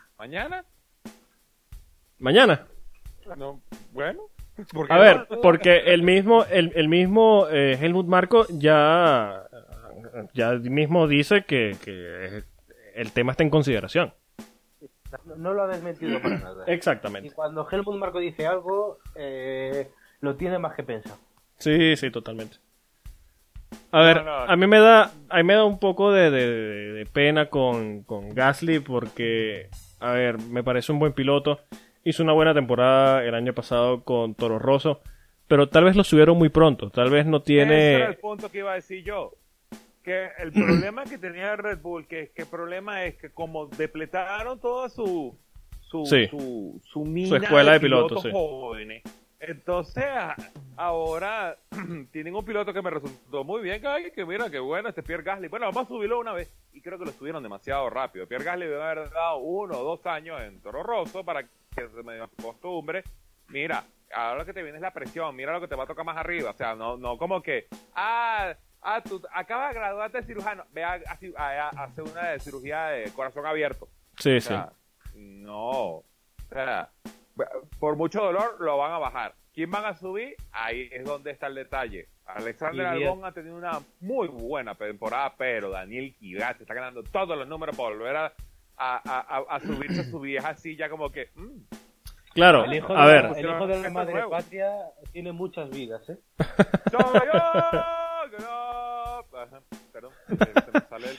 ¿Mañana? No, bueno. A ver, porque el mismo Helmut Marko ya mismo dice que el tema está en consideración. No lo ha desmentido para nada. Exactamente. Y cuando Helmut Marko dice algo, lo tiene más que pensado. Sí, totalmente. A ver, a mí me da un poco de pena con Gasly porque, a ver, me parece un buen piloto. Hizo una buena temporada el año pasado con Toro Rosso, pero tal vez lo subieron muy pronto. Tal vez no tiene... Ese era el punto que iba a decir yo. Que el problema que tenía el Red Bull, que el problema es que como depletaron toda su mina su escuela de pilotos jóvenes, entonces ahora tienen un piloto que me resultó muy bien, que mira, que bueno, Pierre Gasly. Bueno, vamos a subirlo una vez. Y creo que lo subieron demasiado rápido. Pierre Gasly debe haber dado 1 o 2 años en Toro Rosso para que se me acostumbre. Mira, ahora lo que te viene es la presión, mira lo que te va a tocar más arriba. O sea, no como que, tú acabas de graduarte de cirujano, ve a hacer una de cirugía de corazón abierto. Sí, o sea, no. O sea, por mucho dolor lo van a bajar. ¿Quién van a subir? Ahí es donde está el detalle. Alexander Albon ha tenido una muy buena temporada, pero Daniel Kvyat está ganando todos los números por volver a subirse a su vieja silla como que... Claro, el hijo de la madre patria tiene muchas vidas, ¿eh? Perdón, se me sale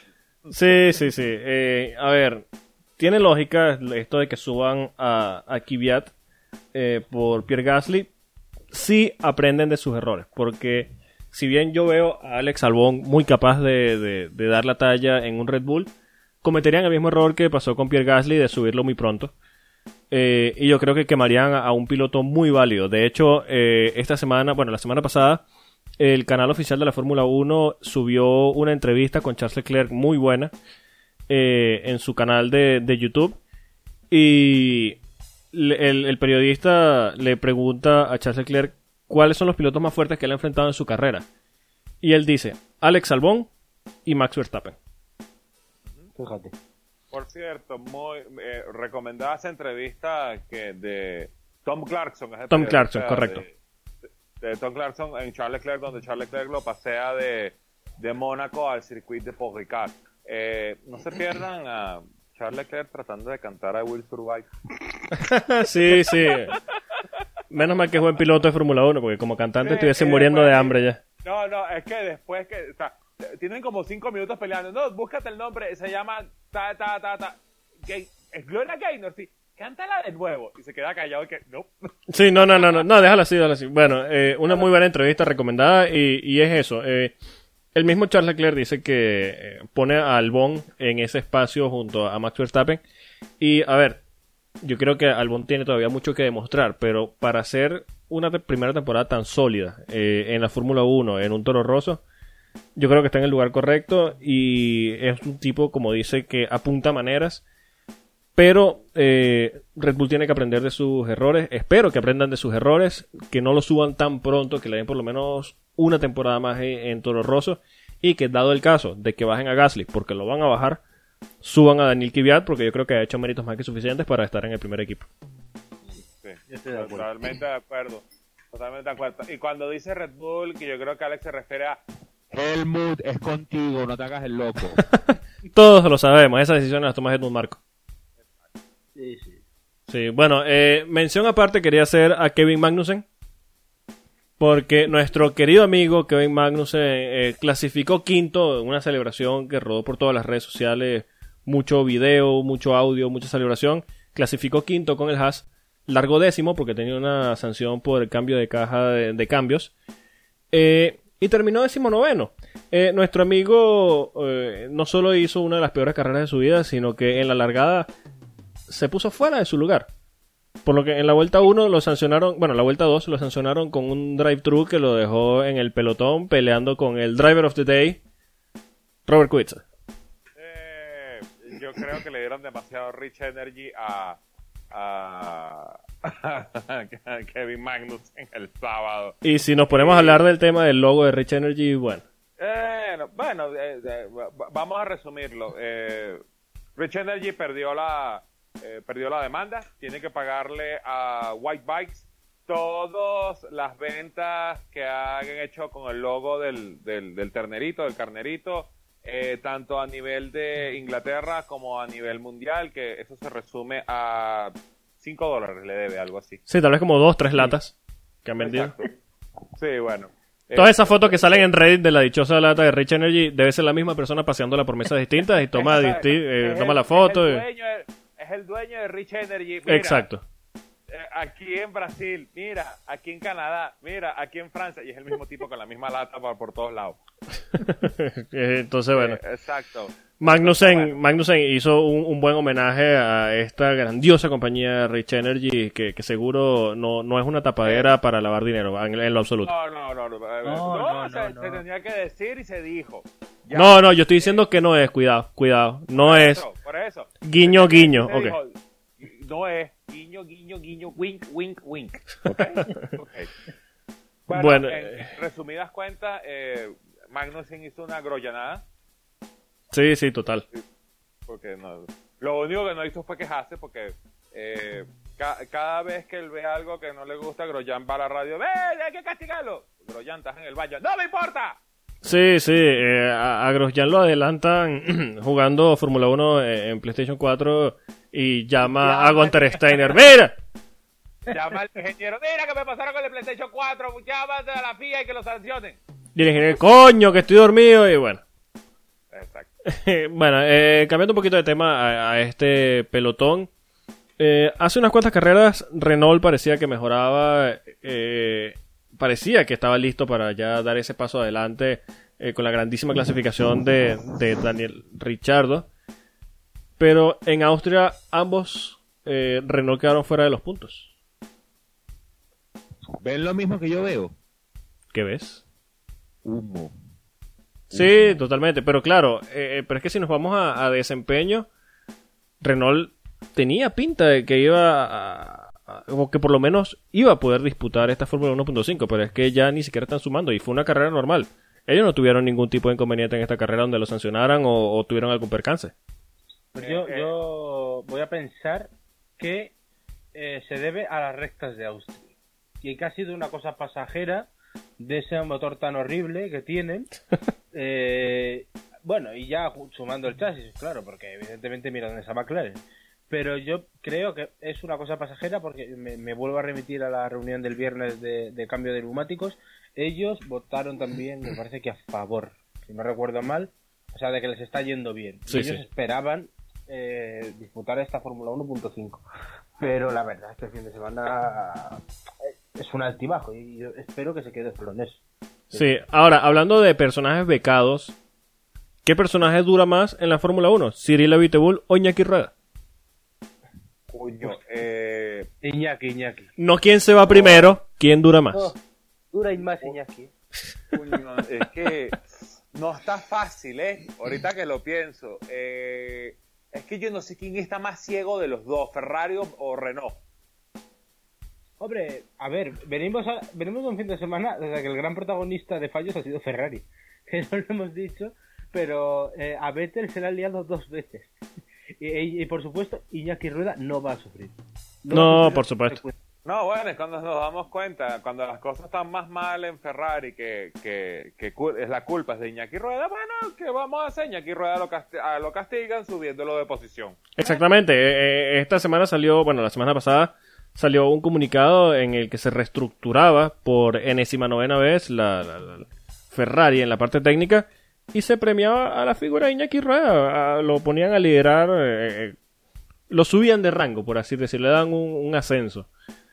Sí. A ver, tiene lógica esto de que suban a Kvyat por Pierre Gasly. Sí aprenden de sus errores, porque si bien yo veo a Alex Albon muy capaz de dar la talla en un Red Bull, cometerían el mismo error que pasó con Pierre Gasly de subirlo muy pronto. Y yo creo que quemarían a un piloto muy válido. De hecho, la semana pasada, el canal oficial de la Fórmula 1 subió una entrevista con Charles Leclerc muy buena en su canal de YouTube. Y el periodista le pregunta a Charles Leclerc cuáles son los pilotos más fuertes que él ha enfrentado en su carrera. Y él dice, Alex Albon y Max Verstappen. Fíjate. Por cierto, muy recomendada esa entrevista de Tom Clarkson. Tom Clarkson, correcto. De Tom Clarkson en Charles Leclerc, donde Charles Leclerc lo pasea de Mónaco al circuito de Paul Ricard. No se pierdan a Charles Leclerc tratando de cantar a Will Survive. Sí. Menos mal que es buen piloto de Fórmula 1, porque como cantante estuviese muriendo de hambre ya. No, es que después que... O sea, tienen como 5 minutos peleando. No, búscate el nombre, se llama es Gloria Gaynor, sí. Cántala de nuevo. Y se queda callado y que, no. Sí, no, déjala así. Bueno, una muy buena entrevista recomendada y es eso. El mismo Charles Leclerc dice que pone a Albon en ese espacio junto a Max Verstappen. Y, a ver, yo creo que Albon tiene todavía mucho que demostrar, pero para hacer una primera temporada tan sólida en la Fórmula 1, en un Toro Rosso, yo creo que está en el lugar correcto y es un tipo, como dice, que apunta maneras. Pero Red Bull tiene que aprender de sus errores. Espero que aprendan de sus errores, que no lo suban tan pronto, que le den por lo menos una temporada más en Toro Rosso. Y que, dado el caso de que bajen a Gasly, porque lo van a bajar, suban a Daniel Kvyat, porque yo creo que ha hecho méritos más que suficientes para estar en el primer equipo. Sí, totalmente de acuerdo. Y cuando dice Red Bull, que yo creo que Alex se refiere a Helmut, es contigo, no te hagas el loco. Todos lo sabemos, esas decisiones las toma Helmut Marko. Sí. Sí, bueno, mención aparte quería hacer a Kevin Magnussen, porque nuestro querido amigo Kevin Magnussen clasificó quinto en una celebración que rodó por todas las redes sociales, mucho video, mucho audio, mucha celebración. Clasificó quinto con el Haas, largó décimo porque tenía una sanción por el cambio de caja de cambios, y terminó 19º. Nuestro amigo no solo hizo una de las peores carreras de su vida, sino que en la largada se puso fuera de su lugar. Por lo que en la vuelta 1 lo sancionaron, bueno, en la vuelta 2 lo sancionaron con un drive-thru que lo dejó en el pelotón peleando con el Driver of the Day, Robert Kubica. Yo creo que le dieron demasiado Rich Energy a Kevin Magnussen el sábado. Y si nos ponemos a hablar del tema del logo de Rich Energy, bueno. Vamos a resumirlo. Rich Energy perdió la demanda, tiene que pagarle a White Bikes todas las ventas que hayan hecho con el logo del ternerito, del carnerito, tanto a nivel de Inglaterra como a nivel mundial, que eso se resume a $5 le debe, algo así. Sí, tal vez como 2-3 latas que han vendido. Exacto. Sí, bueno. Todas esas fotos que salen en Reddit de la dichosa lata de Rich Energy debe ser la misma persona paseándola por mesas distintas y toma la foto. Es el dueño de Rich Energy. Mira, exacto. Aquí en Brasil, mira, aquí en Canadá, mira, aquí en Francia, y es el mismo tipo con la misma lata por todos lados. Entonces, bueno. Exacto. Magnussen hizo un buen homenaje a esta grandiosa compañía Rich Energy que seguro no es una tapadera para lavar dinero en lo absoluto. No, se tenía que decir y se dijo. Ya. No, yo estoy diciendo que no es, cuidado, no por es. Por eso. Guiño, okay. No es guiño, wink, wink. Okay. Bueno, en resumidas cuentas, Magnussen hizo una grollanada. Sí, total. Porque lo único que no hizo fue quejarse porque cada vez que él ve algo que no le gusta, Grosjean va a la radio, hay que castigarlo. Grosjean, estás en el baño, ¡no me importa! Sí, a Grosjean lo adelantan jugando Fórmula 1 en PlayStation 4 y llama a Gunter Steiner, ¡mira! Llama al ingeniero, mira que me pasaron con el PlayStation 4, llámate a la FIA y que lo sancionen. Y el ingeniero, coño, que estoy dormido, y bueno. Exacto. Bueno, cambiando un poquito de tema a este pelotón. Hace unas cuantas carreras Renault parecía que mejoraba, parecía que estaba listo para ya dar ese paso adelante con la grandísima clasificación de Daniel Ricciardo. Pero en Austria ambos Renault quedaron fuera de los puntos. ¿Ven lo mismo que yo veo? ¿Qué ves? Humo. Sí, totalmente, pero claro, pero es que si nos vamos a desempeño, Renault tenía pinta de que o que por lo menos iba a poder disputar esta Fórmula 1.5, pero es que ya ni siquiera están sumando y fue una carrera normal. Ellos no tuvieron ningún tipo de inconveniente en esta carrera donde lo sancionaran o tuvieron algún percance. Pues yo voy a pensar que se debe a las rectas de Austria y que ha sido una cosa pasajera de ese motor tan horrible que tienen. Bueno, y ya sumando el chasis, claro, porque evidentemente mira dónde está McLaren. Pero yo creo que es una cosa pasajera porque me vuelvo a remitir a la reunión del viernes de cambio de neumáticos. Ellos votaron también, me parece que a favor, si no recuerdo mal, o sea, de que les está yendo bien. Sí, ellos esperaban disputar esta Fórmula 1.5. Pero la verdad es que el fin de semana es un altibajo y yo espero que se quede solo en eso. Sí, ahora, hablando de personajes becados, ¿qué personaje dura más en la Fórmula 1? ¿Cyril Abiteboul o Iñaki Rueda? Coño, Iñaki. No quién se va primero, quién dura más. Oh, dura y más Iñaki. coño, es que no está fácil, ahorita que lo pienso. Es que yo no sé quién está más ciego de los dos, Ferrari o Renault. Hombre, a ver, venimos de un fin de semana desde que el gran protagonista de fallos ha sido Ferrari, que no lo hemos dicho, pero a Vettel se le ha liado 2 veces. Y por supuesto, Iñaki Rueda no va a sufrir. No, por supuesto. No, bueno, es cuando nos damos cuenta, cuando las cosas están más mal en Ferrari, que es la culpa es de Iñaki Rueda, bueno, ¿qué vamos a hacer? Iñaki Rueda lo castigan subiéndolo de posición. Exactamente, esta semana salió, bueno, la semana pasada salió un comunicado en el que se reestructuraba por 49ª vez la Ferrari en la parte técnica y se premiaba a la figura de Iñaki Rueda, lo ponían a liderar, lo subían de rango, por así decirlo, le dan un ascenso.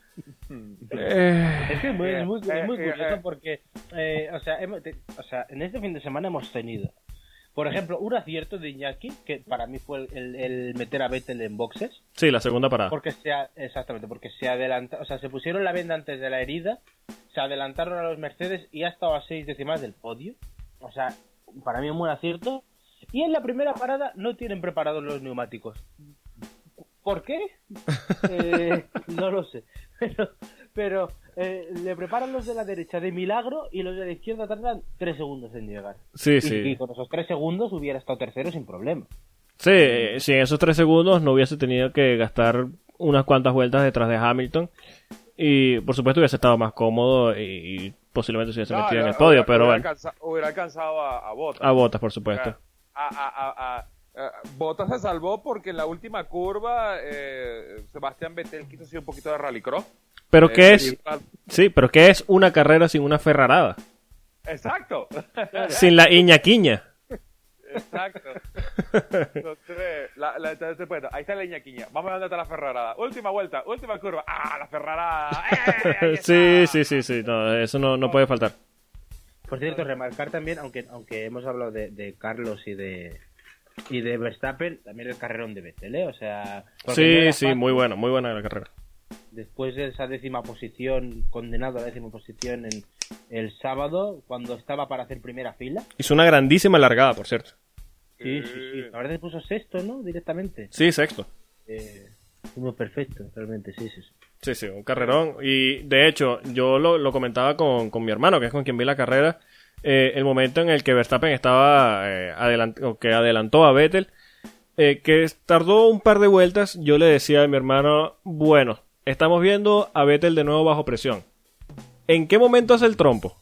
Es que es muy curioso porque o sea, en este fin de semana hemos tenido, por ejemplo, un acierto de Iñaki, que para mí fue el meter a Vettel en boxes. Sí, la segunda parada. Porque se adelantaron, o sea, se pusieron la venda antes de la herida, se adelantaron a los Mercedes y ha estado a 6 décimas del podio. O sea, para mí un buen acierto. Y en la primera parada no tienen preparados los neumáticos. ¿Por qué? No lo sé. Pero le preparan los de la derecha de milagro y los de la izquierda tardan 3 segundos en llegar. Sí, Y con esos 3 segundos hubiera estado tercero sin problema. Sí, si en esos 3 segundos no hubiese tenido que gastar unas cuantas vueltas detrás de Hamilton y por supuesto hubiese estado más cómodo y posiblemente se hubiese metido en el podio, pero bueno. Hubiera alcanzado a Bottas. A Bottas, por supuesto. Bottas se salvó porque en la última curva Sebastián Vettel quiso hacer un poquito de rallycross. Pero ¿qué es? Sí, pero ¿qué es una carrera sin una Ferrarada? Exacto. Sin la Iñaquiña. Exacto. Entonces, bueno, ahí está la Iñaquiña. Vamos a ver dónde está la Ferrarada. Última vuelta, última curva. ¡Ah, la Ferrarada! Sí. No, eso no puede faltar. Por cierto, remarcar también, aunque hemos hablado de Carlos y de Verstappen, también el carrerón de Vettel, o sea... Sí, muy buena la carrera. Después de esa 10ª posición, condenado a la 10ª posición en el sábado, cuando estaba para hacer primera fila. Hizo una grandísima largada, por cierto. Sí. La verdad es que puso sexto, ¿no? Directamente. Sí, sexto. Estuvo perfecto, realmente, sí. Sí, un carrerón. Y de hecho, yo lo comentaba con mi hermano, que es con quien vi la carrera. El momento en el que Verstappen estaba adelantó a Vettel, que tardó un par de vueltas, yo le decía a mi hermano, bueno, estamos viendo a Vettel de nuevo bajo presión. ¿En qué momento hace el trompo?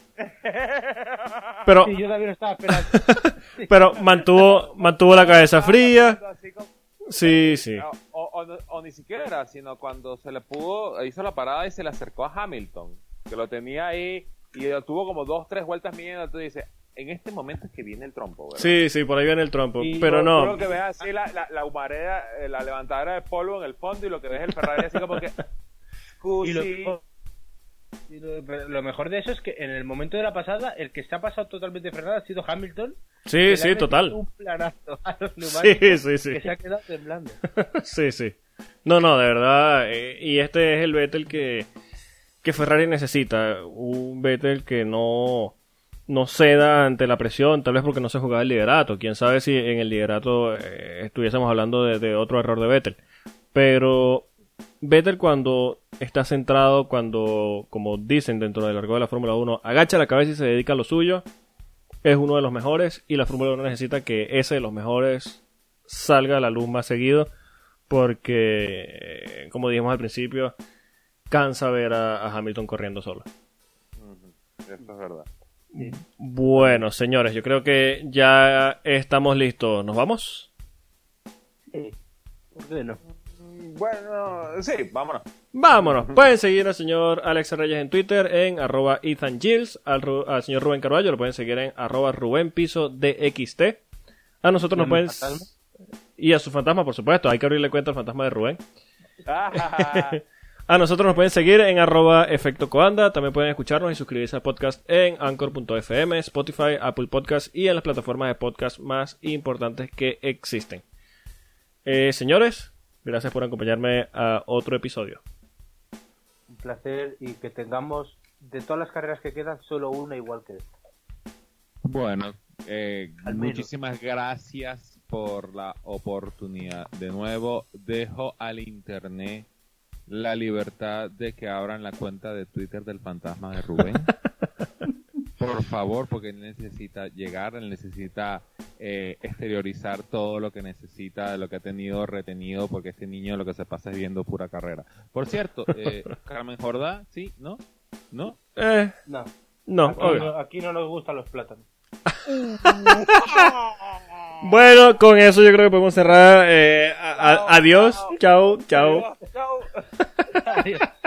Pero, sí, yo también estaba esperando. Pero mantuvo la cabeza fría. Sí. O ni siquiera, sino cuando se le hizo la parada y se le acercó a Hamilton, que lo tenía ahí y lo tuvo como 2-3 vueltas midiendo. Tú dices, en este momento es que viene el trompo, ¿verdad? Sí, por ahí viene el trompo, Y pero no. Lo que ves así la humareda, la levantadera de polvo en el fondo y lo que ves es el Ferrari así como que... Lo mejor de eso es que en el momento de la pasada, el que se ha pasado totalmente frenado ha sido Hamilton. Sí, total. Un planazo a los neumáticos sí. que se ha quedado temblando. Sí. No, de verdad. Y este es el Vettel que Ferrari necesita. Un Vettel que no ceda ante la presión, tal vez porque no se jugaba el liderato. Quién sabe si en el liderato estuviésemos hablando de otro error de Vettel. Pero Vettel, cuando está centrado, cuando, como dicen dentro del largo de la Fórmula 1, agacha la cabeza y se dedica a lo suyo, es uno de los mejores, y la Fórmula 1 necesita que ese de los mejores salga a la luz más seguido, porque, como dijimos al principio, cansa ver a Hamilton corriendo solo. Eso es verdad. Sí. Bueno, señores, yo creo que ya estamos listos. ¿Nos vamos? Sí. ¿Por qué no? Bueno, sí, vámonos. Vámonos. Pueden seguir al señor Alex Reyes en Twitter en @EthanGilles, al señor Rubén Carballo lo pueden seguir en @RubénPisoDXT. A nosotros nos pueden... ¿Fantasma? Y a su fantasma, por supuesto. Hay que abrirle cuenta al fantasma de Rubén. A nosotros nos pueden seguir en @EfectoCoanda. También pueden escucharnos y suscribirse al podcast en Anchor.fm, Spotify, Apple Podcast y en las plataformas de podcast más importantes que existen. Señores, gracias por acompañarme a otro episodio. Un placer, y que tengamos, de todas las carreras que quedan, solo una igual que esta. Bueno, Al menos. muchísimas gracias por la oportunidad. De nuevo, dejo al internet la libertad de que abran la cuenta de Twitter del fantasma de Rubén. Por favor, porque él necesita llegar, él necesita exteriorizar todo lo que necesita, lo que ha tenido retenido, porque este niño lo que se pasa es viendo pura carrera. Por cierto, Carmen Jordá, ¿sí? ¿No? No, aquí no nos gustan los plátanos. Bueno, con eso yo creo que podemos cerrar. Adiós. Chao. Adiós.